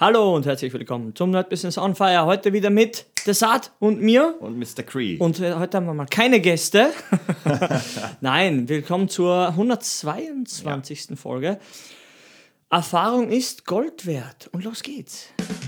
Hallo und herzlich willkommen zum Nerd Business on Fire. Heute wieder mit Desart und mir. Und Mr. Cree. Und heute haben wir mal keine Gäste. Nein, willkommen zur 122. Folge. Erfahrung ist Gold wert. Und los geht's.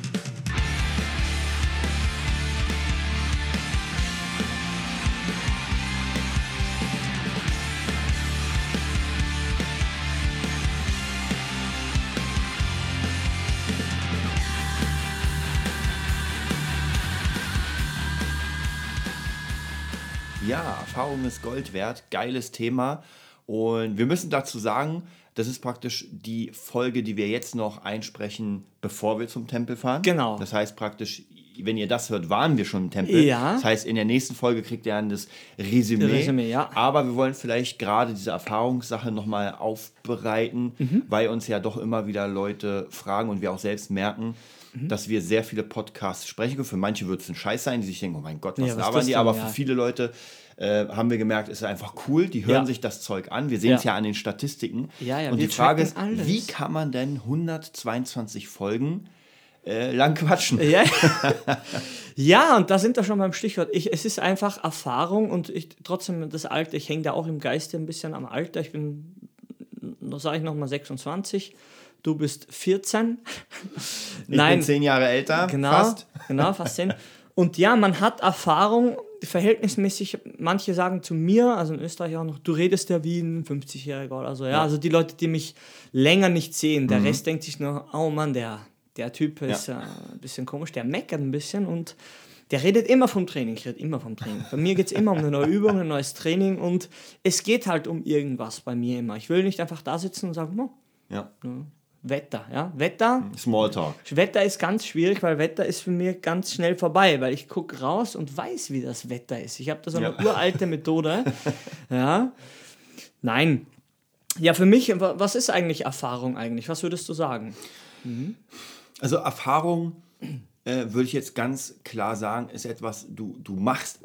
Ja, Erfahrung ist Gold wert, geiles Thema. Und wir müssen dazu sagen, das ist praktisch die Folge, die wir jetzt noch einsprechen, bevor wir zum Tempel fahren. Genau. Das heißt praktisch, wenn ihr das hört, waren wir schon im Tempel. Ja. Das heißt, in der nächsten Folge kriegt ihr dann das Resümee. Ja. Aber wir wollen vielleicht gerade diese Erfahrungssache nochmal aufbereiten, weil uns ja doch immer wieder Leute fragen und wir auch selbst merken, dass wir sehr viele Podcasts sprechen. Für manche wird es ein Scheiß sein, die sich denken, oh mein Gott, was labern die? Aber für viele Leute haben wir gemerkt, ist es einfach cool. Die hören sich das Zeug an. Wir sehen es ja an den Statistiken. Ja, und die Frage ist, wie kann man denn 122 Folgen lang quatschen? Ja. Ja, und da sind wir schon beim Stichwort. Es ist einfach Erfahrung und trotzdem das Alter, ich hänge da auch im Geiste ein bisschen am Alter. Ich bin, sage ich nochmal, 26. Du bist 14. Ich bin 10 Jahre älter, fast. Genau, fast 10. Und ja, man hat Erfahrung, verhältnismäßig, manche sagen zu mir, also in Österreich auch noch, du redest ja wie ein 50-Jähriger oder so. Ja, also die Leute, die mich länger nicht sehen, der Rest denkt sich nur, oh Mann, der Typ ist ein bisschen komisch, der meckert ein bisschen und der redet immer vom Training. Ich rede immer vom Training. Bei mir geht es immer um eine neue Übung, ein neues Training und es geht halt um irgendwas bei mir immer. Ich will nicht einfach da sitzen und sagen, Wetter, ja, Wetter. Smalltalk. Wetter ist ganz schwierig, weil Wetter ist für mich ganz schnell vorbei, weil ich gucke raus und weiß, wie das Wetter ist. Ich habe da so eine uralte Methode. Ja, nein. Ja, für mich, was ist eigentlich Erfahrung eigentlich? Was würdest du sagen? Also Erfahrung, würde ich jetzt ganz klar sagen, ist etwas, du machst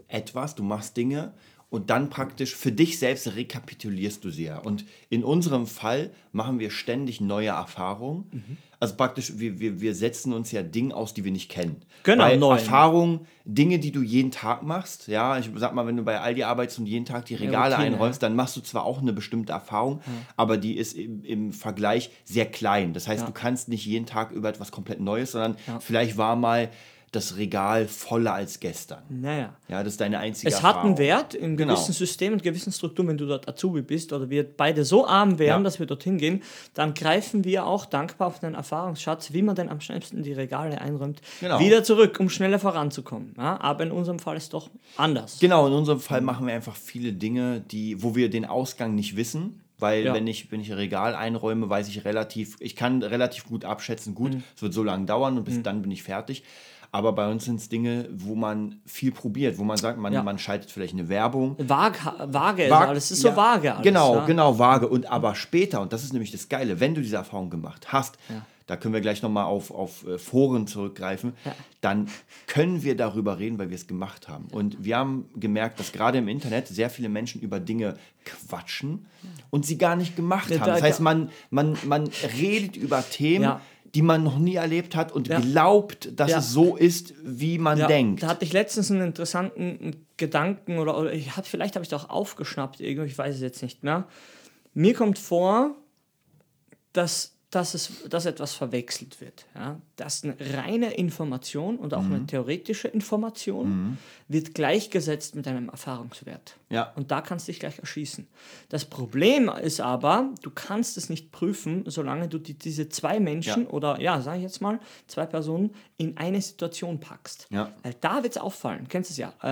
Dinge und dann praktisch für dich selbst rekapitulierst du sie ja. Und in unserem Fall machen wir ständig neue Erfahrungen. Also praktisch, wir setzen uns ja Dinge aus, die wir nicht kennen. Genau, neu. Erfahrungen, Dinge, die du jeden Tag machst. Ja, ich sag mal, wenn du bei Aldi arbeitest und jeden Tag die Regale einräumst, dann machst du zwar auch eine bestimmte Erfahrung, aber die ist im Vergleich sehr klein. Das heißt, du kannst nicht jeden Tag über etwas komplett Neues, sondern vielleicht war mal das Regal voller als gestern. Naja. Ja, das ist deine einzige Es Erfahrung. hat einen Wert in gewissen Systemen und gewissen Strukturen, wenn du dort Azubi bist oder wir beide so arm wären, dass wir dorthin gehen, dann greifen wir auch dankbar auf den Erfahrungsschatz, wie man denn am schnellsten die Regale einräumt, wieder zurück, um schneller voranzukommen. Ja, aber in unserem Fall ist es doch anders. Genau, in unserem Fall machen wir einfach viele Dinge, wo wir den Ausgang nicht wissen. Weil wenn ich ein Regal einräume, ich kann relativ gut abschätzen, es wird so lange dauern und bis dann bin ich fertig. Aber bei uns sind es Dinge, wo man viel probiert, wo man sagt, man schaltet vielleicht eine Werbung. Vage ist alles, es ist so vage alles. Genau, vage. Und aber später, und das ist nämlich das Geile, wenn du diese Erfahrung gemacht hast, da können wir gleich nochmal auf Foren zurückgreifen, dann können wir darüber reden, weil wir es gemacht haben. Und wir haben gemerkt, dass gerade im Internet sehr viele Menschen über Dinge quatschen und sie gar nicht gemacht haben. Das heißt, man redet über Themen, die man noch nie erlebt hat und glaubt, dass es so ist, wie man denkt. Da hatte ich letztens einen interessanten Gedanken oder vielleicht habe ich es auch aufgeschnappt, irgendwie, ich weiß es jetzt nicht mehr. Mir kommt vor, dass etwas verwechselt wird. Ja? Dass eine reine Information und auch eine theoretische Information wird gleichgesetzt mit einem Erfahrungswert. Ja. Und da kannst du dich gleich erschießen. Das Problem ist aber, du kannst es nicht prüfen, solange du diese zwei Menschen oder, sage ich jetzt mal, zwei Personen in eine Situation packst. Ja. Weil da wird es auffallen. Kennst du es ja.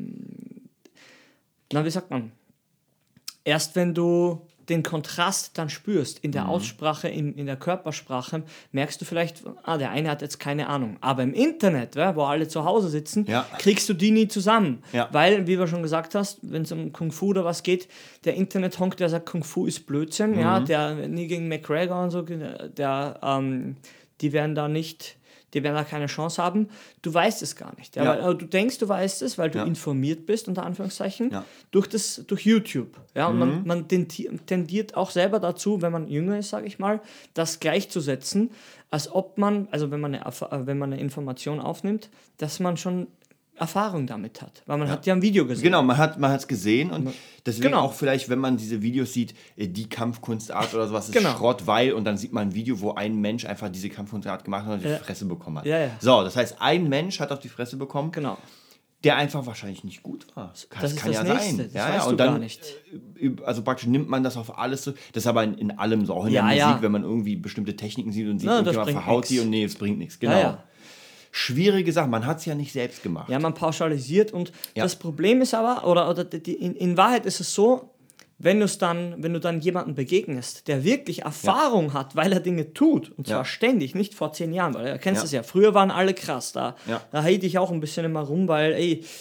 Wie sagt man? Erst wenn du den Kontrast dann spürst in der Aussprache, in der Körpersprache, merkst du vielleicht, der eine hat jetzt keine Ahnung. Aber im Internet, wo alle zu Hause sitzen, kriegst du die nie zusammen. Ja. Weil, wie du schon gesagt hast, wenn es um Kung Fu oder was geht, der Internet-Honk, der sagt, Kung Fu ist Blödsinn, der nie gegen McGregor und so, die werden da nicht die werden da keine Chance haben. Du weißt es gar nicht. Ja? Ja. Weil, du denkst, du weißt es, weil du informiert bist, unter Anführungszeichen, durch YouTube. Ja? Und man tendiert auch selber dazu, wenn man jünger ist, sage ich mal, das gleichzusetzen, als ob man, also wenn man eine Information aufnimmt, dass man schon Erfahrung damit hat. Weil man hat ja ein Video gesehen. Genau, man hat es gesehen und deswegen auch vielleicht, wenn man diese Videos sieht, die Kampfkunstart oder sowas ist Schrott, weil, und dann sieht man ein Video, wo ein Mensch einfach diese Kampfkunstart gemacht hat und die Fresse bekommen hat. Ja. So, das heißt, ein Mensch hat auf die Fresse bekommen, Genau. der einfach wahrscheinlich nicht gut war. Das kann ist ja das Nächste. sein. Das weißt und du dann, gar nicht. Also praktisch nimmt man das auf alles so. Das ist aber in allem so, auch in der Musik, wenn man irgendwie bestimmte Techniken sieht und sieht, irgendjemand verhaut die und nee, es bringt nichts. Genau. Ja. Schwierige Sache, man hat es ja nicht selbst gemacht. Ja, man pauschalisiert und das Problem ist aber, oder in Wahrheit ist es so, wenn du dann jemandem begegnest, der wirklich Erfahrung hat, weil er Dinge tut, und zwar ständig, nicht vor 10 Jahren, weil du kennst es ja, früher waren alle krass, da hate ich auch ein bisschen immer rum, weil,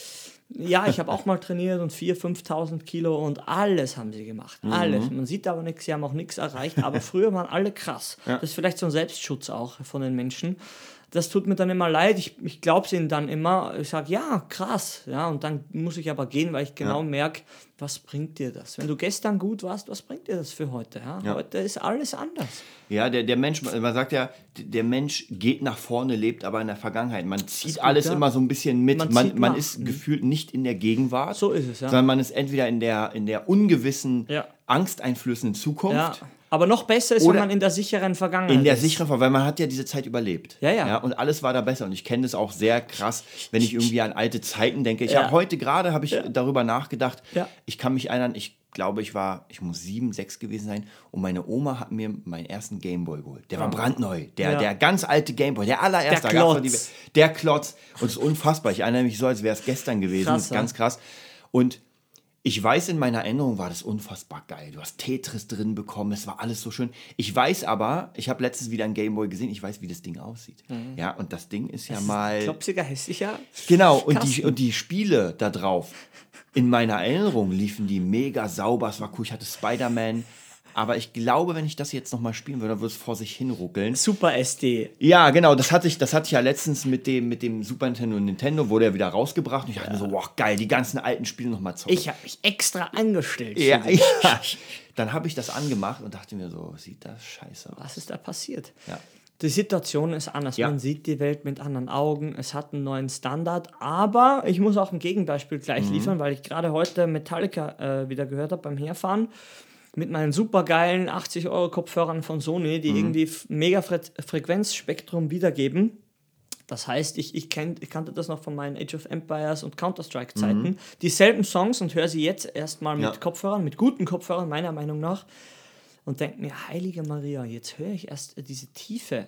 ich habe auch mal trainiert und 4.000, 5.000 Kilo und alles haben sie gemacht, alles. Man sieht aber nichts, sie haben auch nichts erreicht, aber früher waren alle krass. Das ist vielleicht so ein Selbstschutz auch von den Menschen. Das tut mir dann immer leid, ich glaube es ihnen dann immer, ich sage, ja, krass, ja, und dann muss ich aber gehen, weil ich genau merke, was bringt dir das? Wenn du gestern gut warst, was bringt dir das für heute? Ja? Heute ist alles anders. Ja, der Mensch, man sagt ja, der Mensch geht nach vorne, lebt aber in der Vergangenheit. Man zieht alles immer so ein bisschen mit. Man ist gefühlt nicht in der Gegenwart. So ist es, ja. Sondern man ist entweder in der ungewissen, angsteinflößenden Zukunft. Ja. Aber noch besser ist, wenn man in der sicheren Vergangenheit ist. In der sicheren Vergangenheit, weil man hat ja diese Zeit überlebt. Ja. Und alles war da besser. Und ich kenne das auch sehr krass, wenn ich irgendwie an alte Zeiten denke. Ich habe heute gerade darüber nachgedacht. Ja. Ich kann mich erinnern, ich glaube, ich muss 7, 6 gewesen sein und meine Oma hat mir meinen ersten Gameboy geholt. Der war brandneu. Der ganz alte Gameboy, der allererste. Der Klotz. Und es ist unfassbar. Ich erinnere mich so, als wäre es gestern gewesen. Krass, das ist ganz krass. Und ich weiß, in meiner Erinnerung war das unfassbar geil. Du hast Tetris drin bekommen, es war alles so schön. Ich weiß aber, ich habe letztens wieder ein Gameboy gesehen, ich weiß, wie das Ding aussieht. Ja, und das Ding ist ja mal... klopsiger, hässlicher. Genau, und die Spiele da drauf, in meiner Erinnerung liefen die mega sauber, es war cool, ich hatte Spider-Man. Aber ich glaube, wenn ich das jetzt nochmal spielen würde, dann würde es vor sich hin ruckeln. Super SD. Ja, genau, das hatte ich ja letztens mit dem Super Nintendo und Nintendo, wurde ja wieder rausgebracht. Und ich dachte mir so, wow, geil, die ganzen alten Spiele nochmal zocken. Ich habe mich extra angestellt. Ja. Dann habe ich das angemacht und dachte mir so, sieht das scheiße aus. Was ist da passiert? Ja. Die Situation ist anders. Man sieht die Welt mit anderen Augen. Es hat einen neuen Standard. Aber ich muss auch ein Gegenbeispiel gleich liefern, weil ich gerade heute Metallica wieder gehört habe beim Herfahren. Mit meinen supergeilen 80-Euro-Kopfhörern von Sony, die irgendwie mega Frequenzspektrum wiedergeben. Das heißt, ich kannte das noch von meinen Age of Empires und Counter-Strike-Zeiten. Dieselben Songs und höre sie jetzt erstmal mit Kopfhörern, mit guten Kopfhörern, meiner Meinung nach. Und denke mir, heilige Maria, jetzt höre ich erst diese Tiefe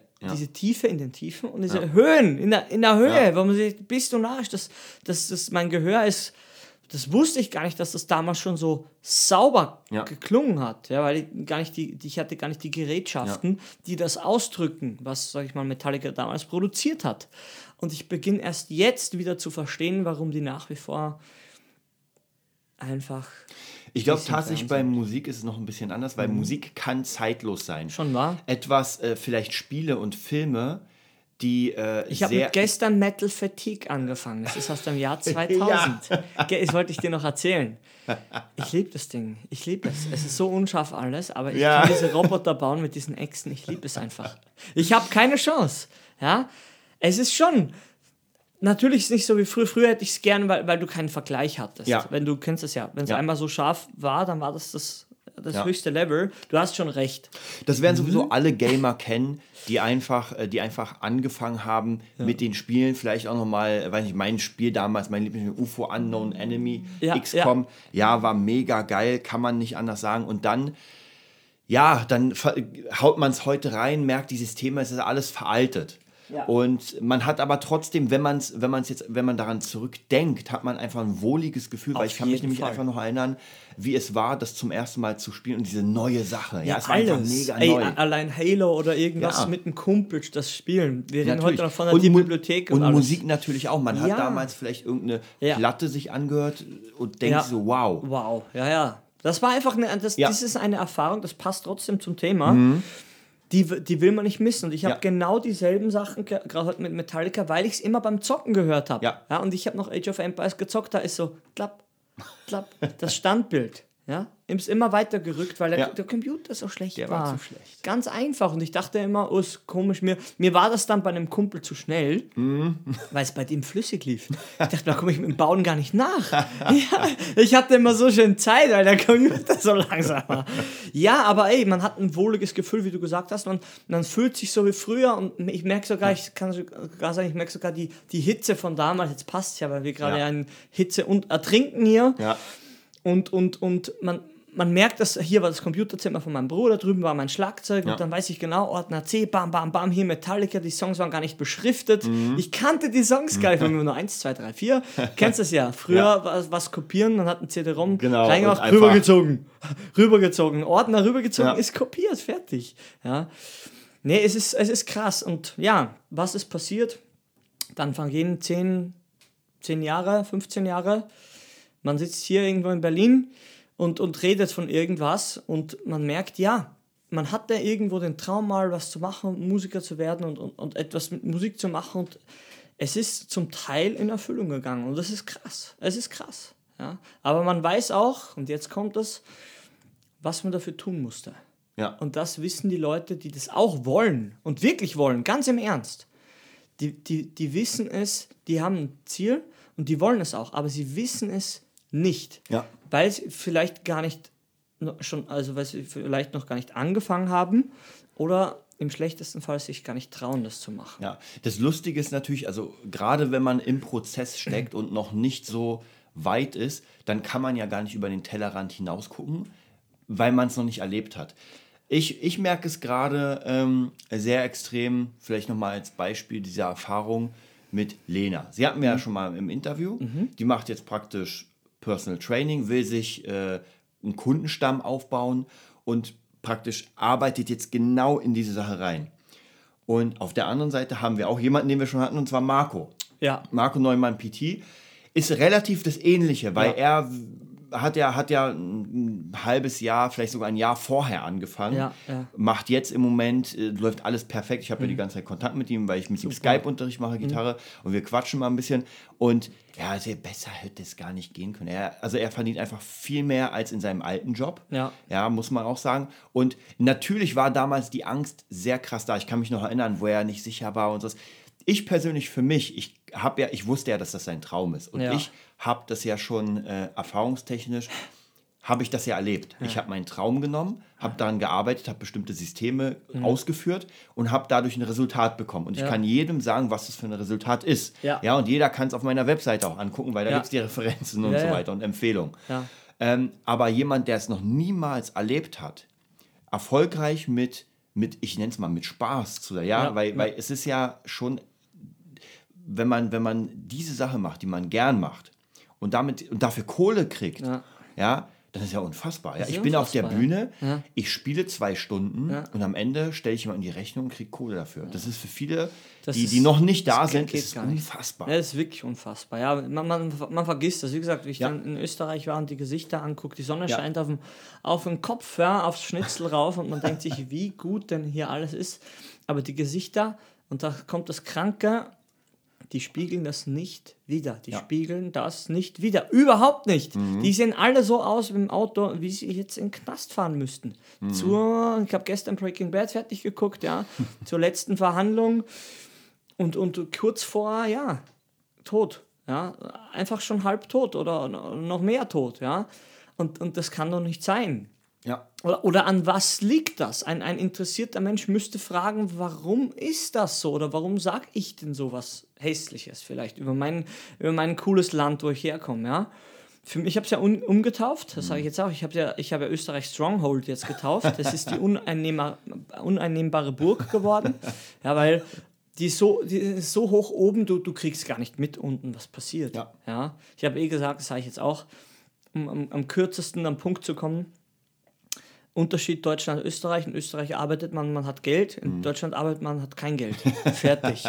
in den Tiefen und diese Höhen in der Höhe, wo man sich, bist du narrisch, das mein Gehör ist. Das wusste ich gar nicht, dass das damals schon so sauber geklungen hat, ja, weil ich hatte gar nicht die Gerätschaften, die das ausdrücken, was, sag ich mal, Metallica damals produziert hat. Und ich beginne erst jetzt wieder zu verstehen, warum die nach wie vor einfach... Ich glaube tatsächlich, bei Musik ist es noch ein bisschen anders, weil Musik kann zeitlos sein. Schon wahr? Etwas, vielleicht Spiele und Filme, die ich habe gestern Metal Fatigue angefangen. Das ist aus dem Jahr 2000. Das wollte ich dir noch erzählen. Ich liebe das Ding. Ich liebe es. Es ist so unscharf alles, aber ich kann diese Roboter bauen mit diesen Äxten. Ich liebe es einfach. Ich habe keine Chance. Ja? Es ist schon... Natürlich ist es nicht so wie früher. Früher hätte ich es gern, weil du keinen Vergleich hattest. Ja. Wenn du kennst es ja. Wenn es einmal so scharf war, dann war das höchste Level. Du hast schon recht. Das werden sowieso alle Gamer kennen, die einfach angefangen haben mit den Spielen. Vielleicht auch nochmal, weiß nicht, mein Spiel damals, mein Lieblingsspiel, UFO Unknown Enemy, XCOM. Ja, war mega geil, kann man nicht anders sagen. Und dann haut man es heute rein, merkt, dieses Thema ist alles veraltet. Ja. Und man hat aber trotzdem, wenn man daran zurückdenkt, hat man einfach ein wohliges Gefühl, weil ich kann mich nämlich einfach noch erinnern, wie es war, das zum ersten Mal zu spielen und diese neue Sache. Ja, es war einfach mega neu. Allein Halo oder irgendwas mit einem Kumpel, das Spielen. Wir reden heute noch von der Bibliothek und alles. Musik natürlich auch. Man hat damals vielleicht irgendeine Platte sich angehört und denkt so, wow. Wow, ja. Das war einfach das ist eine Erfahrung, das passt trotzdem zum Thema. die will man nicht missen. Und ich habe genau dieselben Sachen, gerade mit Metallica, weil ich es immer beim Zocken gehört habe. Ja, und ich habe noch Age of Empires gezockt, da ist so, klapp, das Standbild. Ja, ist immer weiter gerückt, weil der Computer so schlecht war. War zu schlecht. Ganz einfach. Und ich dachte immer, oh, ist komisch. Mir war das dann bei einem Kumpel zu schnell, weil es bei dem flüssig lief. Ich dachte, da komme ich mit dem Bauen gar nicht nach. Ich hatte immer so schön Zeit, weil der Computer so langsam war. Ja, aber ey, man hat ein wohliges Gefühl, wie du gesagt hast. Man fühlt sich so wie früher. Und ich merke sogar, ich merke sogar die Hitze von damals. Jetzt passt es ja, weil wir gerade in Hitze und Ertrinken hier. Ja. Und man merkt, dass hier war das Computerzimmer von meinem Bruder, drüben war mein Schlagzeug und dann weiß ich genau, Ordner C, bam, bam, bam, hier Metallica, die Songs waren gar nicht beschriftet. Ich kannte die Songs gar nicht, wir haben nur 1, 2, 3, 4. Kennst du das ja? Früher was kopieren, man hat ein CD-ROM reingemacht, rübergezogen, Ordner rübergezogen, ist kopiert, fertig. Ja. Nee, es ist krass und ja, was ist passiert? Dann vergehen 10 Jahre, 15 Jahre. Man sitzt hier irgendwo in Berlin und redet von irgendwas und man merkt, man hatte irgendwo den Traum mal was zu machen, Musiker zu werden und etwas mit Musik zu machen und es ist zum Teil in Erfüllung gegangen und das ist krass. Es ist krass. Ja? Aber man weiß auch, und jetzt kommt es, was man dafür tun musste. Ja. Und das wissen die Leute, die das auch wollen und wirklich wollen, ganz im Ernst. Die wissen es, die haben ein Ziel und die wollen es auch, aber sie wissen es nicht, weil sie vielleicht gar nicht weil sie vielleicht noch gar nicht angefangen haben oder im schlechtesten Fall sich gar nicht trauen, das zu machen. Ja, das Lustige ist natürlich, also gerade wenn man im Prozess steckt und noch nicht so weit ist, dann kann man ja gar nicht über den Tellerrand hinaus gucken, weil man es noch nicht erlebt hat. Ich merke es gerade sehr extrem, vielleicht nochmal als Beispiel dieser Erfahrung mit Lena. Sie hatten wir ja schon mal im Interview, die macht jetzt praktisch Personal Training, will sich einen Kundenstamm aufbauen und praktisch arbeitet jetzt genau in diese Sache rein. Und auf der anderen Seite haben wir auch jemanden, den wir schon hatten, und zwar Marco. Ja. Marco Neumann PT ist relativ das Ähnliche, weil er hat ja ein halbes Jahr, vielleicht sogar ein Jahr vorher angefangen. Macht jetzt im Moment, läuft alles perfekt. Ich habe ja die ganze Zeit Kontakt mit ihm, weil ich mit ihm Skype-Unterricht mache, Gitarre, und wir quatschen mal ein bisschen. Und also besser hätte es gar nicht gehen können. Er verdient einfach viel mehr als in seinem alten Job. Ja, muss man auch sagen. Und natürlich war damals die Angst sehr krass da. Ich kann mich noch erinnern, wo er nicht sicher war und so. Ich persönlich für mich, ich wusste ja, dass das sein Traum ist. Und ich habe das ja schon erfahrungstechnisch, habe ich das ja erlebt. Ich habe meinen Traum genommen, habe daran gearbeitet, habe bestimmte Systeme ausgeführt und habe dadurch ein Resultat bekommen. Und ich kann jedem sagen, was das für ein Resultat ist. Ja, und jeder kann es auf meiner Webseite auch angucken, weil da gibt es die Referenzen und so weiter und Empfehlungen. Aber jemand, der es noch niemals erlebt hat, erfolgreich mit ich nenne es mal, mit Spaß zu, weil es ist ja schon, wenn man diese Sache macht, die man gern macht und dafür Kohle kriegt, das ist ja unfassbar. Ich bin auf der Bühne, ich spiele 2 Stunden und am Ende stelle ich jemanden die Rechnung und kriege Kohle dafür. Das ist für viele, die noch nicht da sind, ist unfassbar. Das ist wirklich unfassbar. Ja, man vergisst das. Wie gesagt, wie ich dann in Österreich war und die Gesichter angucke, die Sonne scheint auf den Kopf, aufs Schnitzel rauf und man denkt sich, wie gut denn hier alles ist. Aber die Gesichter, und da kommt das Kranke, die spiegeln das nicht wieder. Die spiegeln das nicht wieder. Überhaupt nicht. Die sehen alle so aus im Auto, wie sie jetzt in den Knast fahren müssten. Ich habe gestern Breaking Bad fertig geguckt, zur letzten Verhandlung und kurz vor, tot. Ja, einfach schon halb tot oder noch mehr tot. Ja, und das kann doch nicht sein. Ja. Oder an was liegt das? Ein interessierter Mensch müsste fragen, warum ist das so? Oder warum sage ich denn sowas Hässliches vielleicht über mein cooles Land, wo ich herkomme? Ja? Ich habe es ja umgetauft, das sage ich jetzt auch. Ich habe ja Österreich Stronghold jetzt getauft. Das ist die uneinnehmbare Burg geworden. Ja, weil die ist so hoch oben, du kriegst gar nicht mit unten, was passiert. Ja? Ich habe gesagt, das sage ich jetzt auch, um am kürzesten am Punkt zu kommen. Unterschied Deutschland und Österreich. In Österreich arbeitet man hat Geld. In Deutschland arbeitet man hat kein Geld. Fertig.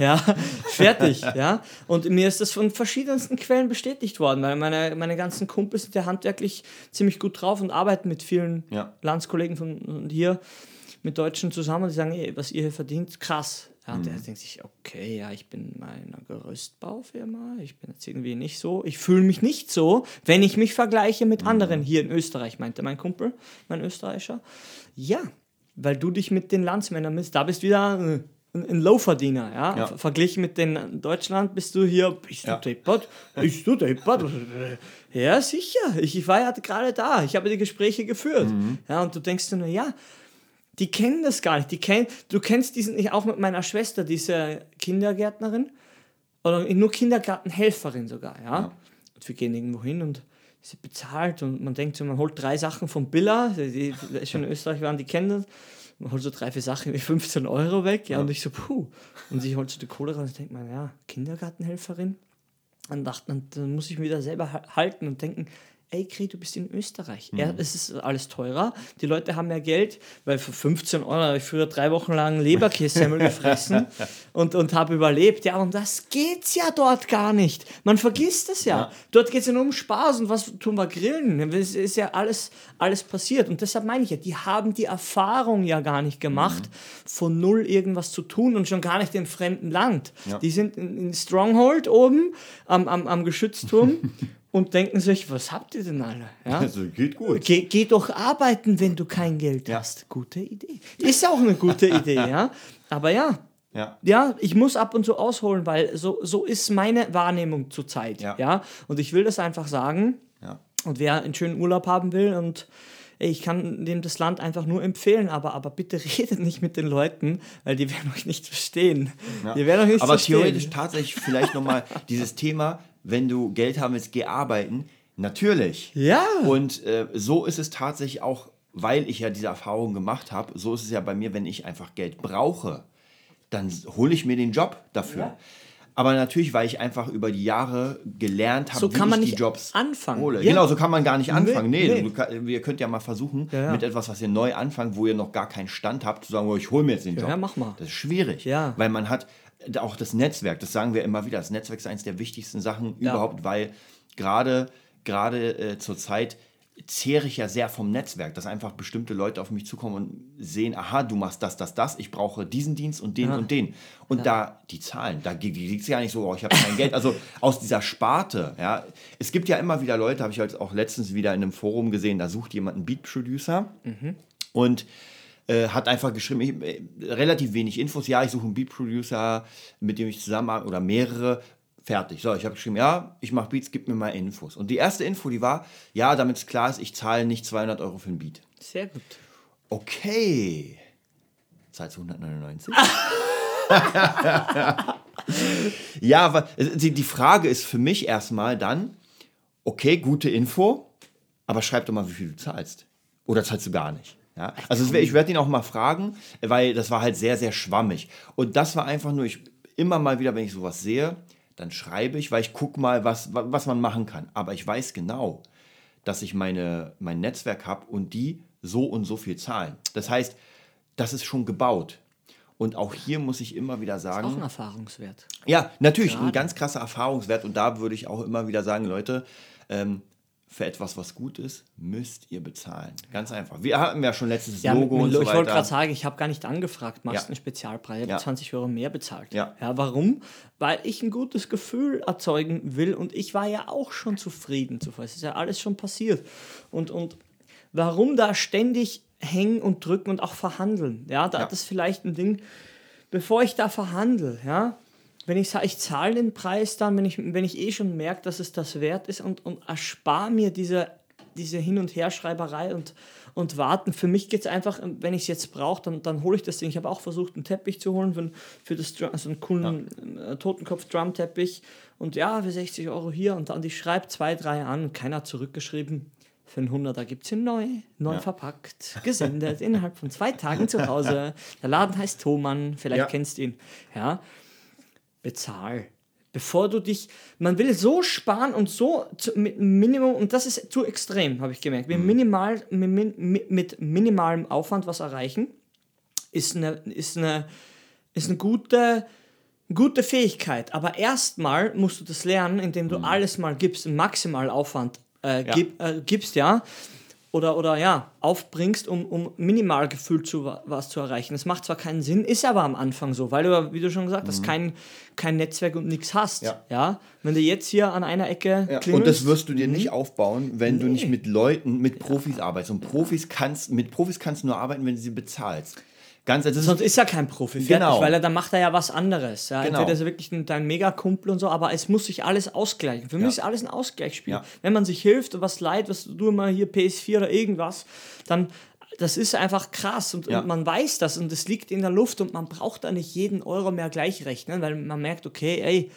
Fertig. Ja. Und mir ist das von verschiedensten Quellen bestätigt worden, weil meine ganzen Kumpels sind ja handwerklich ziemlich gut drauf und arbeiten mit vielen Landskollegen von hier mit Deutschen zusammen, die sagen, ey, was ihr hier verdient, krass. Ja, und der denkt sich, okay, ja, ich bin in einer Gerüstbaufirma, ich bin jetzt irgendwie nicht so, ich fühle mich nicht so, wenn ich mich vergleiche mit anderen hier in Österreich, meinte mein Kumpel, mein Österreicher. Ja, weil du dich mit den Landsmännern misst, da bist du wieder ein Low-Verdiener, ja? Verglichen mit den Deutschland bist du hier, bist du deppert? Bist du deppert? Ja, sicher, ich war ja gerade da, ich habe die Gespräche geführt. Ja, und du denkst dir nur, ja, die kennen das gar nicht. Du kennst diesen nicht, auch mit meiner Schwester, diese Kindergärtnerin oder nur Kindergartenhelferin sogar, ja. Und wir gehen irgendwo hin und sie bezahlt und man denkt so, man holt 3 Sachen vom Billa, die schon in Österreich waren, die kennen das. Man holt so 3, 4 Sachen wie 15 Euro weg, ja, und ich so, puh. Und ich holt so die Kohle raus und denkt man, ja, Kindergartenhelferin. Dann muss ich mir wieder selber halten und denken, ey, Kri, du bist in Österreich. Ja, es ist alles teurer. Die Leute haben mehr Geld, weil für 15 Euro habe ich früher 3 Wochen lang Leberkässemmel gefressen und habe überlebt. Ja, und das geht's ja dort gar nicht. Man vergisst es ja. Dort geht es ja nur um Spaß und was tun wir grillen. Es ist ja alles passiert. Und deshalb meine ich ja, die haben die Erfahrung ja gar nicht gemacht, von null irgendwas zu tun und schon gar nicht in fremden Land. Ja. Die sind in Stronghold oben am Geschützturm und denken sich, was habt ihr denn alle? Ja? Also geht gut. Geh doch arbeiten, wenn du kein Geld hast. Gute Idee. Ist auch eine gute Idee, ja. Aber ja, ich muss ab und zu ausholen, weil so ist meine Wahrnehmung zurzeit. Ja. Und ich will das einfach sagen. Ja. Und wer einen schönen Urlaub haben will und ich kann dem das Land einfach nur empfehlen, aber bitte redet nicht mit den Leuten, weil die werden euch nicht verstehen. Ja. Die werden euch nicht verstehen. Theoretisch tatsächlich vielleicht nochmal dieses Thema, wenn du Geld haben willst, geh arbeiten. Natürlich. Ja. Und so ist es tatsächlich auch, weil ich ja diese Erfahrung gemacht habe, so ist es ja bei mir, wenn ich einfach Geld brauche, dann hole ich mir den Job dafür. Ja. Aber natürlich, weil ich einfach über die Jahre gelernt habe, wie ich die Jobs hole. Ja. Genau, so kann man gar nicht anfangen. Nee. Ihr könnt ja mal versuchen, mit etwas, was ihr neu anfangt, wo ihr noch gar keinen Stand habt, zu sagen, ich hole mir jetzt den Job. Ja, mach mal. Das ist schwierig, weil man hat auch das Netzwerk, das sagen wir immer wieder, das Netzwerk ist eines der wichtigsten Sachen überhaupt, weil gerade zur Zeit zehre ich ja sehr vom Netzwerk, dass einfach bestimmte Leute auf mich zukommen und sehen, aha, du machst das, ich brauche diesen Dienst und den und den. Und da die Zahlen, da liegt es ja nicht so, ich habe kein Geld. Also aus dieser Sparte, ja, es gibt ja immer wieder Leute, habe ich jetzt auch letztens wieder in einem Forum gesehen, da sucht jemand einen Beat-Producer und hat einfach geschrieben, relativ wenig Infos, ja, ich suche einen Beat-Producer, mit dem ich zusammenarbeite oder mehrere. Fertig. So, ich habe geschrieben, ja, ich mache Beats, gib mir mal Infos. Und die erste Info, die war, ja, damit es klar ist, ich zahle nicht 200 Euro für ein Beat. Sehr gut. Okay. Zahlst du 199? Ja, aber die Frage ist für mich erstmal dann, okay, gute Info, aber schreib doch mal, wie viel du zahlst. Oder zahlst du gar nicht? Ja? Also ich werde ihn auch mal fragen, weil das war halt sehr, sehr schwammig. Und das war einfach nur, immer mal wieder, wenn ich sowas sehe, dann schreibe ich, weil ich gucke mal, was man machen kann. Aber ich weiß genau, dass ich mein Netzwerk habe und die so und so viel zahlen. Das heißt, das ist schon gebaut. Und auch hier muss ich immer wieder sagen... Das ist auch ein Erfahrungswert. Ja, natürlich, ein ganz krasser Erfahrungswert. Und da würde ich auch immer wieder sagen, Leute, für etwas, was gut ist, müsst ihr bezahlen. Ganz einfach. Wir hatten ja schon letztens das Logo und so weiter. Ich wollte gerade sagen, ich habe gar nicht angefragt, machst du einen Spezialpreis, ich habe 20 Euro mehr bezahlt. Ja, warum? Weil ich ein gutes Gefühl erzeugen will und ich war ja auch schon zufrieden zuvor. Es ist ja alles schon passiert. Und warum da ständig hängen und drücken und auch verhandeln? Ja, das ist vielleicht ein Ding, bevor ich da verhandle, ja, wenn ich sage, ich zahle den Preis dann, wenn ich eh schon merke, dass es das wert ist und erspare mir diese Hin- und Herschreiberei und warten. Für mich geht es einfach, wenn ich es jetzt brauche, dann hole ich das Ding. Ich habe auch versucht, einen Teppich zu holen für also einen coolen Totenkopf-Drum-Teppich und für 60 Euro hier und dann ich schreibe 2, 3 an und keiner hat zurückgeschrieben. Für einen 100er gibt es ihn neu verpackt, gesendet, innerhalb von 2 Tagen zu Hause. Der Laden heißt Thomann, vielleicht kennst du ihn. Ja. Bezahl. Bevor du dich... Man will so sparen und so mit Minimum... Und das ist zu extrem, habe ich gemerkt. Mit minimalem Aufwand was erreichen, ist eine gute Fähigkeit. Aber erstmal musst du das lernen, indem du alles mal gibst, einen Maximalaufwand gibst, ja. oder aufbringst, um minimal gefühlt was zu erreichen. Das macht zwar keinen Sinn, ist aber am Anfang so, weil du, wie du schon gesagt hast, kein Netzwerk und nichts hast. Ja? Wenn du jetzt hier an einer Ecke klingelst, und das wirst du dir nicht aufbauen, wenn du nicht mit Leuten, mit Profis arbeitest. Und mit Profis kannst du nur arbeiten, wenn du sie bezahlst. Sonst ist er kein Profi, fertig, weil dann macht er ja was anderes. Ja? Entweder ist er wirklich dein Mega-Kumpel und so, aber es muss sich alles ausgleichen. Für mich ist alles ein Ausgleichsspiel. Ja. Wenn man sich hilft und was leid, was du immer hier PS4 oder irgendwas, dann das ist einfach krass und man weiß das und es liegt in der Luft und man braucht da nicht jeden Euro mehr gleich rechnen, weil man merkt, okay,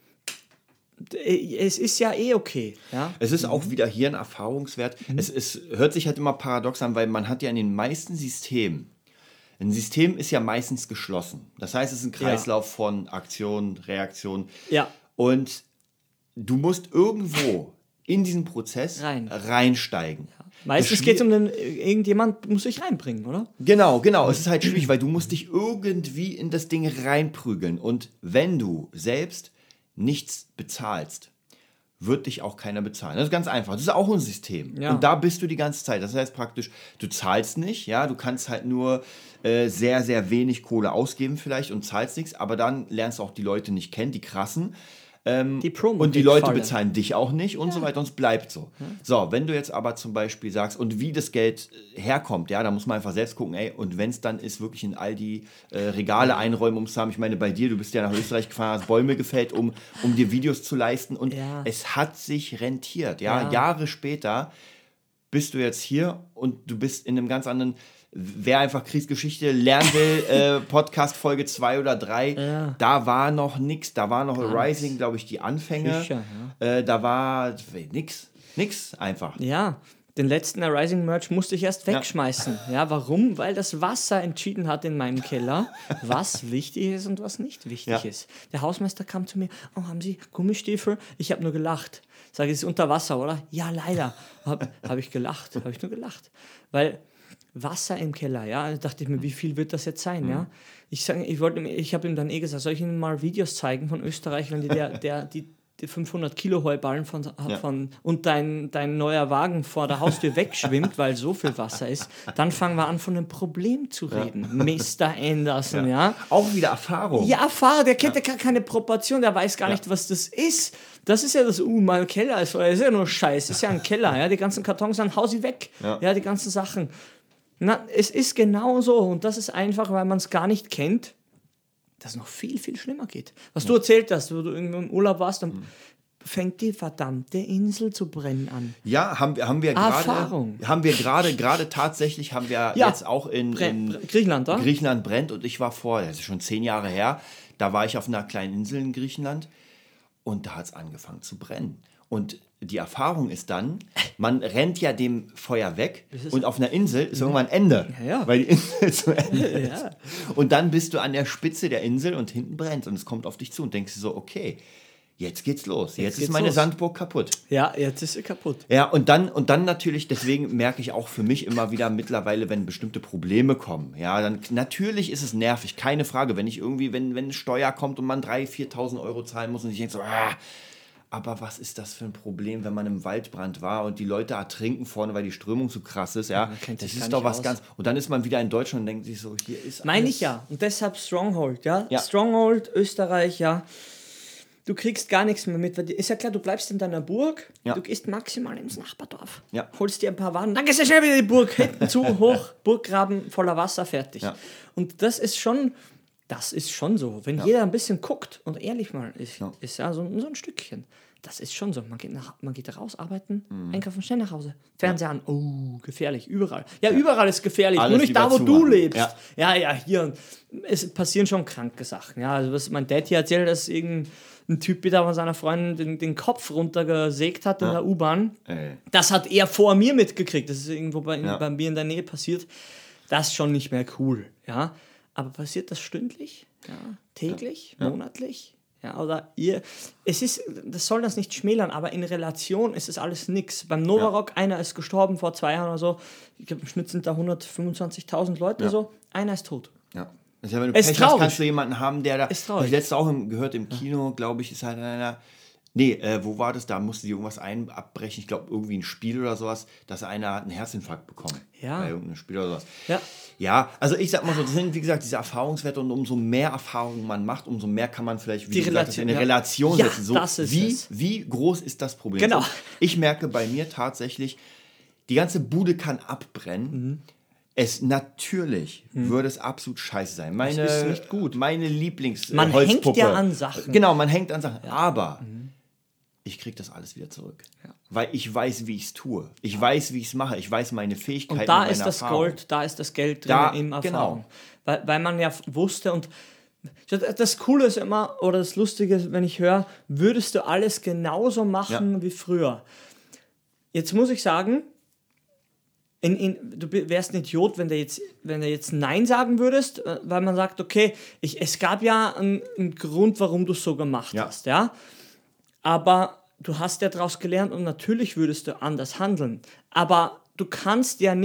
es ist ja okay. Ja? Es ist auch wieder hier ein Erfahrungswert. Es hört sich halt immer paradox an, weil man hat ja in den meisten Systemen, ein System ist ja meistens geschlossen. Das heißt, es ist ein Kreislauf von Aktion, Reaktion. Ja. Und du musst irgendwo in diesen Prozess reinsteigen. Ja. Meistens geht es um irgendjemand muss sich reinbringen, oder? Genau. Es ist halt schwierig, weil du musst dich irgendwie in das Ding reinprügeln. Und wenn du selbst nichts bezahlst, wird dich auch keiner bezahlen. Das ist ganz einfach. Das ist auch ein System. Ja. Und da bist du die ganze Zeit. Das heißt praktisch, du zahlst nicht, du kannst halt nur sehr, sehr wenig Kohle ausgeben vielleicht und zahlst nichts, aber dann lernst du auch die Leute nicht kennen, die krassen. Und die Leute bezahlen dich auch nicht und so weiter und es bleibt so. Ja. So, wenn du jetzt aber zum Beispiel sagst, und wie das Geld herkommt, da muss man einfach selbst gucken, und wenn es dann ist, wirklich in Aldi Regale einräumen, um es zu haben. Ich meine, bei dir, du bist ja nach Österreich gefahren, hast Bäume gefällt, um dir Videos zu leisten und es hat sich rentiert. Jahre später bist du jetzt hier und du bist in einem ganz anderen. Wer einfach Kriegsgeschichte lernen will, Podcast Folge 2 oder 3, da war noch nichts, da war noch Rising, glaube ich, die Anfänge. Sicher, da war nix einfach. Ja, den letzten Rising-Merch musste ich erst wegschmeißen. Ja, warum? Weil das Wasser entschieden hat in meinem Keller, was wichtig ist und was nicht wichtig ist. Der Hausmeister kam zu mir, haben Sie Gummistiefel? Ich habe nur gelacht. Sage ich, es ist unter Wasser, oder? Ja, leider. Habe ich nur gelacht. Weil Wasser im Keller, da dachte ich mir, wie viel wird das jetzt sein, Ich habe ihm dann gesagt, soll ich Ihnen mal Videos zeigen von Österreich, wenn die 500 Kilo Heuballen und dein neuer Wagen vor der Haustür wegschwimmt, weil so viel Wasser ist, dann fangen wir an, von einem Problem zu reden. Mr. Anderson, Auch wieder Erfahrung. Ja, Erfahrung, der kennt ja gar keine Proportion, der weiß gar nicht, was das ist. Das ist ja das, mein Keller ist ja nur Scheiß, ist ja ein Keller, die ganzen Kartons, dann hau sie weg, die ganzen Sachen. Na, es ist genau so und das ist einfach, weil man es gar nicht kennt, dass es noch viel, viel schlimmer geht. Was du erzählt hast, wo du irgendwo im Urlaub warst, dann fängt die verdammte Insel zu brennen an. Ja, haben wir gerade tatsächlich, jetzt auch in Griechenland, oder? Griechenland brennt und ich war das ist schon 10 Jahre her, da war ich auf einer kleinen Insel in Griechenland und da hat es angefangen zu brennen. Und die Erfahrung ist dann, man rennt ja dem Feuer weg und auf einer Insel ist irgendwann Ende, weil die Insel zu Ende ist. Und dann bist du an der Spitze der Insel und hinten brennt und es kommt auf dich zu und denkst dir so, okay, jetzt geht's los. Jetzt ist meine Sandburg kaputt. Ja, jetzt ist sie kaputt. Ja, und dann natürlich, deswegen merke ich auch für mich immer wieder mittlerweile, wenn bestimmte Probleme kommen, dann natürlich ist es nervig, keine Frage, wenn eine Steuer kommt und man 3.000, 4.000 Euro zahlen muss und ich denke so, aber was ist das für ein Problem, wenn man im Waldbrand war und die Leute ertrinken vorne, weil die Strömung zu krass ist, das ist doch was ganz. Und dann ist man wieder in Deutschland und denkt sich so, hier ist alles. Meine ich und deshalb Stronghold, Stronghold, Österreich, Du kriegst gar nichts mehr mit, weil ist ja klar, du bleibst in deiner Burg, du gehst maximal ins Nachbardorf, holst dir ein paar Waren, dann gehst du schnell wieder in die Burg, hinten zu, hoch, Burggraben voller Wasser, fertig. Ja. Und das ist schon so. Wenn jeder ein bisschen guckt und ehrlich mal ist so ein Stückchen. Das ist schon so. Man geht raus, arbeiten, einkaufen, schnell nach Hause. Fernseher an. Oh, gefährlich. Überall. Ja, überall ist gefährlich. Alles nur nicht da, wo du lebst. Ja, hier. Es passieren schon kranke Sachen. Ja, also was mein Dad hier erzählt, dass irgendein Typ wieder von seiner Freundin den Kopf runtergesägt hat in der U-Bahn. Das hat er vor mir mitgekriegt. Das ist irgendwo bei mir in der Nähe passiert. Das ist schon nicht mehr cool. Ja. Aber passiert das stündlich? Täglich? Monatlich? Oder das soll das nicht schmälern, aber in Relation ist es alles nix. Beim Novarock, einer ist gestorben vor 2 Jahren oder so. Ich glaube, im Schnitt sind da 125.000 Leute so. Einer ist tot. Ja. Also, wenn du Pech hast, kannst du jemanden haben, der da. Ist traurig. Ich letztes auch gehört im Kino, glaube ich, ist halt einer. Nee, wo war das? Da musste sie irgendwas abbrechen. Ich glaube, irgendwie ein Spiel oder sowas, dass einer hat einen Herzinfarkt bekommen. Ja. Bei irgendeinem Spiel oder sowas. Ja. Ja, also ich sag mal so, das sind, wie gesagt, diese Erfahrungswerte und umso mehr Erfahrungen man macht, umso mehr kann man vielleicht, wie du gesagt hast, in eine Relation setzen. So, das ist es. Wie groß ist das Problem? Genau. So, ich merke bei mir tatsächlich, die ganze Bude kann abbrennen. Natürlich würde es absolut scheiße sein. Das ist nicht gut. Meine Lieblings Man Holzpuppe. hängt ja an Sachen. Genau, man hängt an Sachen. Aber ich kriege das alles wieder zurück. Ja. Weil ich weiß, wie ich es tue. Ich weiß, wie ich es mache. Ich weiß meine Fähigkeiten. Und da meine ist das Erfahrung. Gold, da ist das Geld drin in Erfahrung. Genau. Weil man ja wusste und das Coole ist immer, oder das Lustige ist, wenn ich höre, würdest du alles genauso machen wie früher. Jetzt muss ich sagen, du wärst ein Idiot, wenn du jetzt Nein sagen würdest, weil man sagt, okay, es gab ja einen Grund, warum du es so gemacht hast, ja. Aber du hast ja daraus gelernt und natürlich würdest du anders handeln. Aber du kannst ja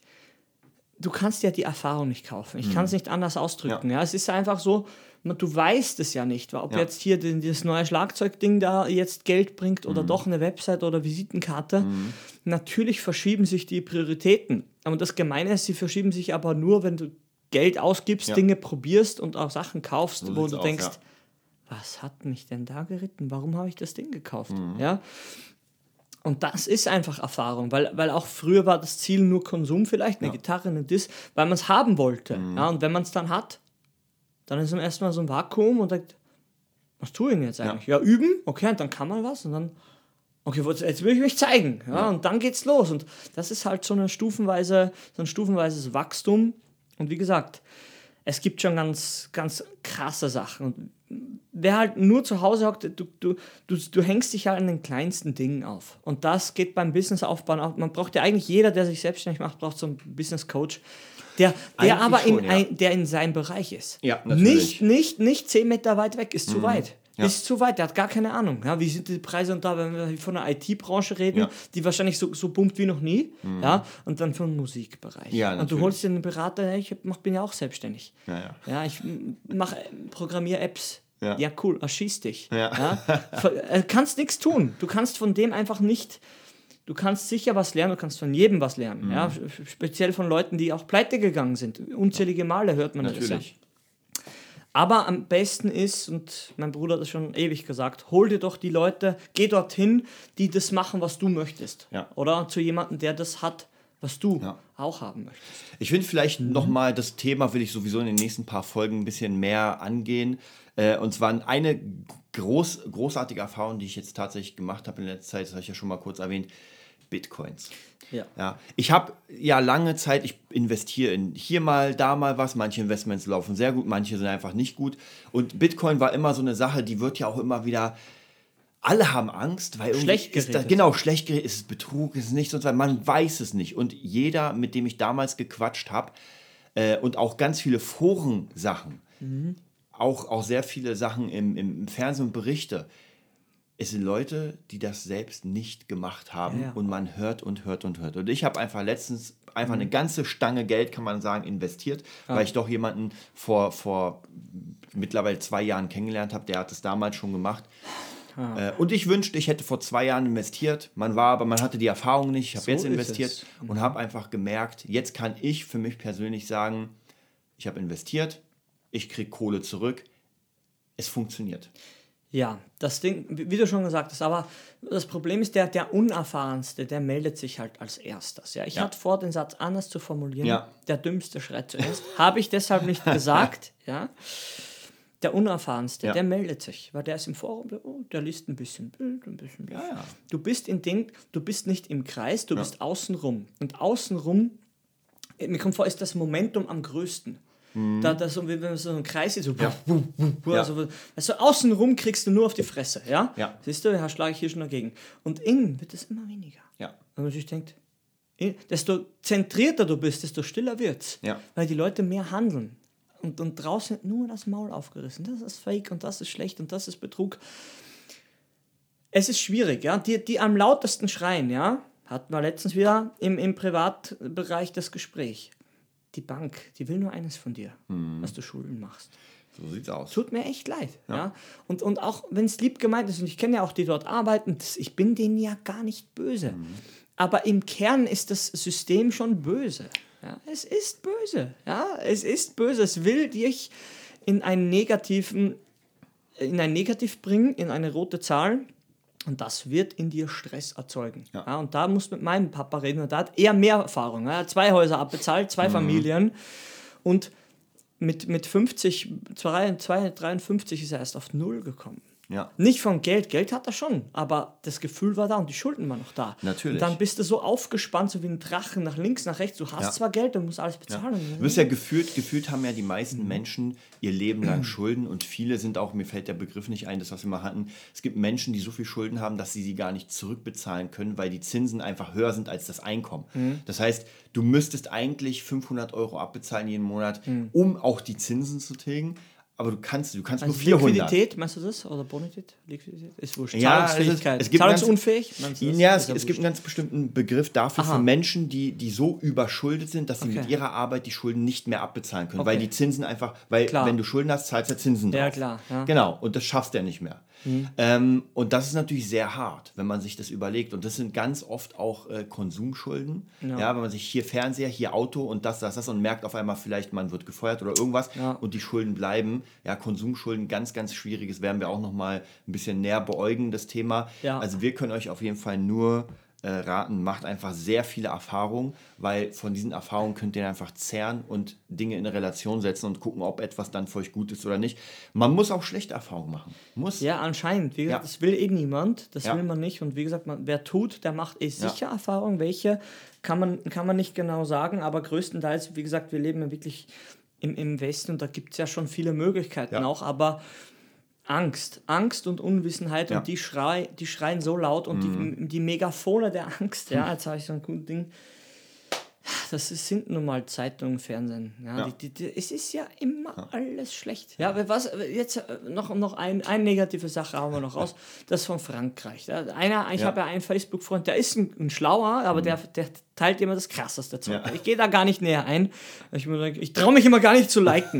die Erfahrung nicht kaufen. Ich kann es nicht anders ausdrücken. Ja. Es ist einfach so, du weißt es ja nicht, ob jetzt hier dieses neue Schlagzeugding da jetzt Geld bringt oder doch eine Website oder Visitenkarte. Natürlich verschieben sich die Prioritäten. Aber das Gemeine ist, sie verschieben sich aber nur, wenn du Geld ausgibst, Dinge probierst und auch Sachen kaufst, so wo du denkst, was hat mich denn da geritten? Warum habe ich das Ding gekauft? Ja? Und das ist einfach Erfahrung, weil auch früher war das Ziel nur Konsum vielleicht, eine Gitarre, eine Disc, weil man es haben wollte. Ja? Und wenn man es dann hat, dann ist man erstmal so ein Vakuum und denkt, was tue ich denn jetzt eigentlich? Ja, üben, okay, und dann kann man was und dann, okay, jetzt will ich mich zeigen. Ja? Und dann geht's los. Und das ist halt so ein stufenweises Wachstum. Und wie gesagt, es gibt schon ganz, ganz krasse Sachen. Und wer halt nur zu Hause hockt, du hängst dich halt an den kleinsten Dingen auf. Und das geht beim Businessaufbauen auch. Man braucht ja eigentlich, jeder, der sich selbstständig macht, braucht so einen Business Coach, der aber schon, der in seinem Bereich ist. Ja, natürlich. Nicht 10 Meter weit weg, ist zu weit. Ist zu weit, der hat gar keine Ahnung. Ja, wie sind die Preise und da, wenn wir von der IT-Branche reden, die wahrscheinlich so boomt wie noch nie. Ja, und dann vom Musikbereich. Ja, und du holst dir einen Berater, ich bin ja auch selbstständig. Ja, ich programmiere Apps. Ja, cool, erschieß dich. Ja. Kannst nichts tun. Du kannst von dem einfach nicht. Du kannst sicher was lernen, du kannst von jedem was lernen. Ja? Speziell von Leuten, die auch pleite gegangen sind. Unzählige Male hört man das ja. Aber am besten ist, und mein Bruder hat das schon ewig gesagt, hol dir doch die Leute, geh dorthin, die das machen, was du möchtest. Ja. Oder zu jemandem, der das hat, was du auch haben möchtest. Ich finde vielleicht nochmal, das Thema will ich sowieso in den nächsten paar Folgen ein bisschen mehr angehen. Und zwar eine großartige Erfahrung, die ich jetzt tatsächlich gemacht habe in letzter Zeit, das habe ich ja schon mal kurz erwähnt, Bitcoins. Ja. Ich habe ja lange Zeit, ich investiere in hier mal, da mal was, manche Investments laufen sehr gut, manche sind einfach nicht gut. Und Bitcoin war immer so eine Sache, die wird ja auch immer wieder, alle haben Angst, weil schlecht geredet. Schlecht geredet, ist es Betrug, ist es nicht so, weil man weiß es nicht. Und jeder, mit dem ich damals gequatscht habe, und auch ganz viele Forensachen, auch sehr viele Sachen im Fernsehen und Berichte, es sind Leute, die das selbst nicht gemacht haben und man hört und hört und hört. Und ich habe einfach letztens eine ganze Stange Geld, kann man sagen, investiert, weil ich doch jemanden vor mittlerweile 2 Jahren kennengelernt habe, der hat es damals schon gemacht. Und ich wünschte, ich hätte vor 2 Jahren investiert. Man hatte die Erfahrung nicht, ich habe jetzt investiert und habe einfach gemerkt, jetzt kann ich für mich persönlich sagen, ich habe investiert, ich kriege Kohle zurück, es funktioniert. Ja, das Ding, wie du schon gesagt hast, aber das Problem ist, der Unerfahrenste, der meldet sich halt als erstes. Ja? Ich hatte vor, den Satz anders zu formulieren. Der Dümmste schreit zuerst. Habe ich deshalb nicht gesagt. Ja? Der Unerfahrenste, der meldet sich, weil der ist im Forum, der liest ein bisschen Bild, ein bisschen Bild. Du bist du bist nicht im Kreis, du bist außenrum. Und außenrum, mir kommt vor, ist das Momentum am größten. So, wenn man so ein Kreis ist, so, also außenrum kriegst du nur auf die Fresse, ja? Siehst du, da schlage ich hier schon dagegen. Und innen wird es immer weniger. Weil man sich denkt, desto zentrierter du bist, desto stiller wird's. Weil die Leute mehr handeln. Und draußen nur das Maul aufgerissen. Das ist Fake und das ist schlecht und das ist Betrug. Es ist schwierig, ja? Die am lautesten schreien, ja? Hatten wir letztens wieder im Privatbereich das Gespräch. Die Bank, die will nur eines von dir, dass du Schulden machst. So sieht's aus. Tut mir echt leid. Ja. Und auch wenn es lieb gemeint ist, und ich kenne ja auch die dort arbeiten, ich bin denen ja gar nicht böse. Aber im Kern ist das System schon böse. Ja. Es ist böse. Ja. Es ist böse. Es will dich in ein Negativ bringen, in eine rote Zahl. Und das wird in dir Stress erzeugen. Ja. Ja, und da muss mit meinem Papa reden. Und da hat er mehr Erfahrung. Er hat 2 Häuser abbezahlt, 2 Familien. Und mit 53 ist er erst auf 0 gekommen. Ja. Nicht von Geld. Geld hat er schon. Aber das Gefühl war da und die Schulden waren noch da. Natürlich. Und dann bist du so aufgespannt, so wie ein Drachen, nach links, nach rechts. Du hast zwar Geld, du musst alles bezahlen. Ja. Du bist ja gefühlt haben ja die meisten Menschen ihr Leben lang Schulden und viele sind auch, mir fällt der Begriff nicht ein, das, was wir mal hatten, es gibt Menschen, die so viel Schulden haben, dass sie gar nicht zurückbezahlen können, weil die Zinsen einfach höher sind als das Einkommen. Das heißt, du müsstest eigentlich 500 € abbezahlen jeden Monat, um auch die Zinsen zu tilgen. Aber du kannst nur 400. Liquidität, meinst du das? Oder Bonität? Liquidität? Ist wurscht. Ja, Zahlungsfähigkeit. Es gibt zahlungsunfähig? Es gibt einen ganz bestimmten Begriff dafür für Menschen, die so überschuldet sind, dass sie mit ihrer Arbeit die Schulden nicht mehr abbezahlen können. Weil die Zinsen einfach, wenn du Schulden hast, zahlst du Zinsen drauf. Ja, klar. Ja. Genau, und das schaffst du ja nicht mehr. Und das ist natürlich sehr hart, wenn man sich das überlegt. Und das sind ganz oft auch Konsumschulden. Ja, wenn man sich hier Fernseher, hier Auto und das und merkt auf einmal vielleicht, man wird gefeuert oder irgendwas und die Schulden bleiben. Ja, Konsumschulden, ganz, ganz schwieriges, werden wir auch nochmal ein bisschen näher beäugen, das Thema. Ja. Also wir können euch auf jeden Fall nur raten, macht einfach sehr viele Erfahrungen, weil von diesen Erfahrungen könnt ihr einfach zehren und Dinge in eine Relation setzen und gucken, ob etwas dann für euch gut ist oder nicht. Man muss auch schlechte Erfahrungen machen. Muss. Ja, anscheinend. Wie gesagt, das will niemand. Das will man nicht. Und wie gesagt, wer tut, der macht sicher Erfahrungen. Welche kann man nicht genau sagen, aber größtenteils, wie gesagt, wir leben ja wirklich im Westen und da gibt es ja schon viele Möglichkeiten auch, aber Angst und Unwissenheit und die schreien so laut und die Megafone der Angst, jetzt habe ich so ein gutes Ding, sind nun mal Zeitungen, Fernsehen. Ja. Es ist ja immer alles schlecht. Ja, aber jetzt noch eine negative Sache haben wir noch raus, das von Frankreich. Ich habe ja einen Facebook-Freund, der ist ein Schlauer, aber der teilt immer das Krasseste zu. Ich gehe da gar nicht näher ein. Ich traue mich immer gar nicht zu liken.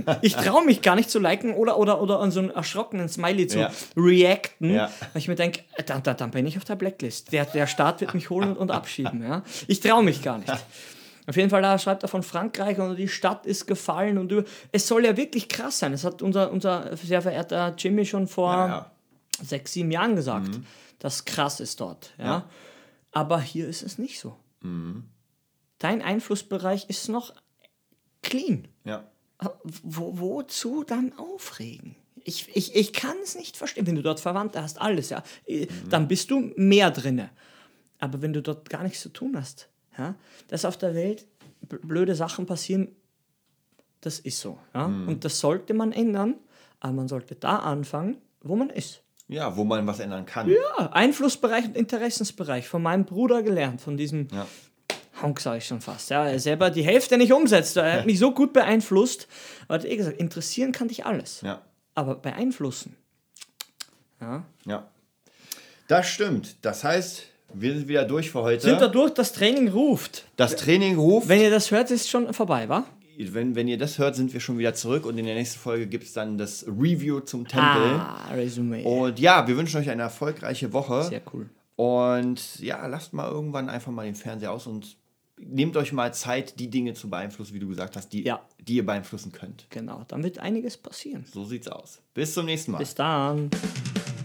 Oder an so einen erschrockenen Smiley zu reacten. Ja. Weil ich mir denke, dann bin ich auf der Blacklist. Der Staat wird mich holen und abschieben. Ja? Ich traue mich gar nicht. Auf jeden Fall, da schreibt er von Frankreich und die Stadt ist gefallen und es soll ja wirklich krass sein. Das hat unser sehr verehrter Jimmy schon vor 6, 7 Jahren gesagt, dass krass ist dort. Ja? Aber hier ist es nicht so. Dein Einflussbereich ist noch clean. Ja. Wozu dann aufregen? Ich kann es nicht verstehen. Wenn du dort Verwandte hast, alles, dann bist du mehr drinne. Aber wenn du dort gar nichts zu tun hast, dass auf der Welt blöde Sachen passieren, das ist so. Ja? Und das sollte man ändern, aber man sollte da anfangen, wo man ist. Ja, wo man was ändern kann. Ja, Einflussbereich und Interessensbereich. Von meinem Bruder gelernt, von diesem Honk, sage ich schon fast. Ja, er selber die Hälfte nicht umsetzt. Er hat mich so gut beeinflusst. Aber er hat gesagt, interessieren kann dich alles. Ja. Aber beeinflussen. Ja. Das stimmt. Das heißt, wir sind wieder durch für heute. Sind wir durch? Das Training ruft. Das Training ruft. Wenn ihr das hört, ist es schon vorbei, wa? Wenn ihr das hört, sind wir schon wieder zurück und in der nächsten Folge gibt es dann das Review zum Tempel. Resümee. Und ja, wir wünschen euch eine erfolgreiche Woche. Sehr cool. Und ja, lasst mal irgendwann einfach mal den Fernseher aus und nehmt euch mal Zeit, die Dinge zu beeinflussen, wie du gesagt hast, die ihr beeinflussen könnt. Genau, dann wird einiges passieren. So sieht's aus. Bis zum nächsten Mal. Bis dann.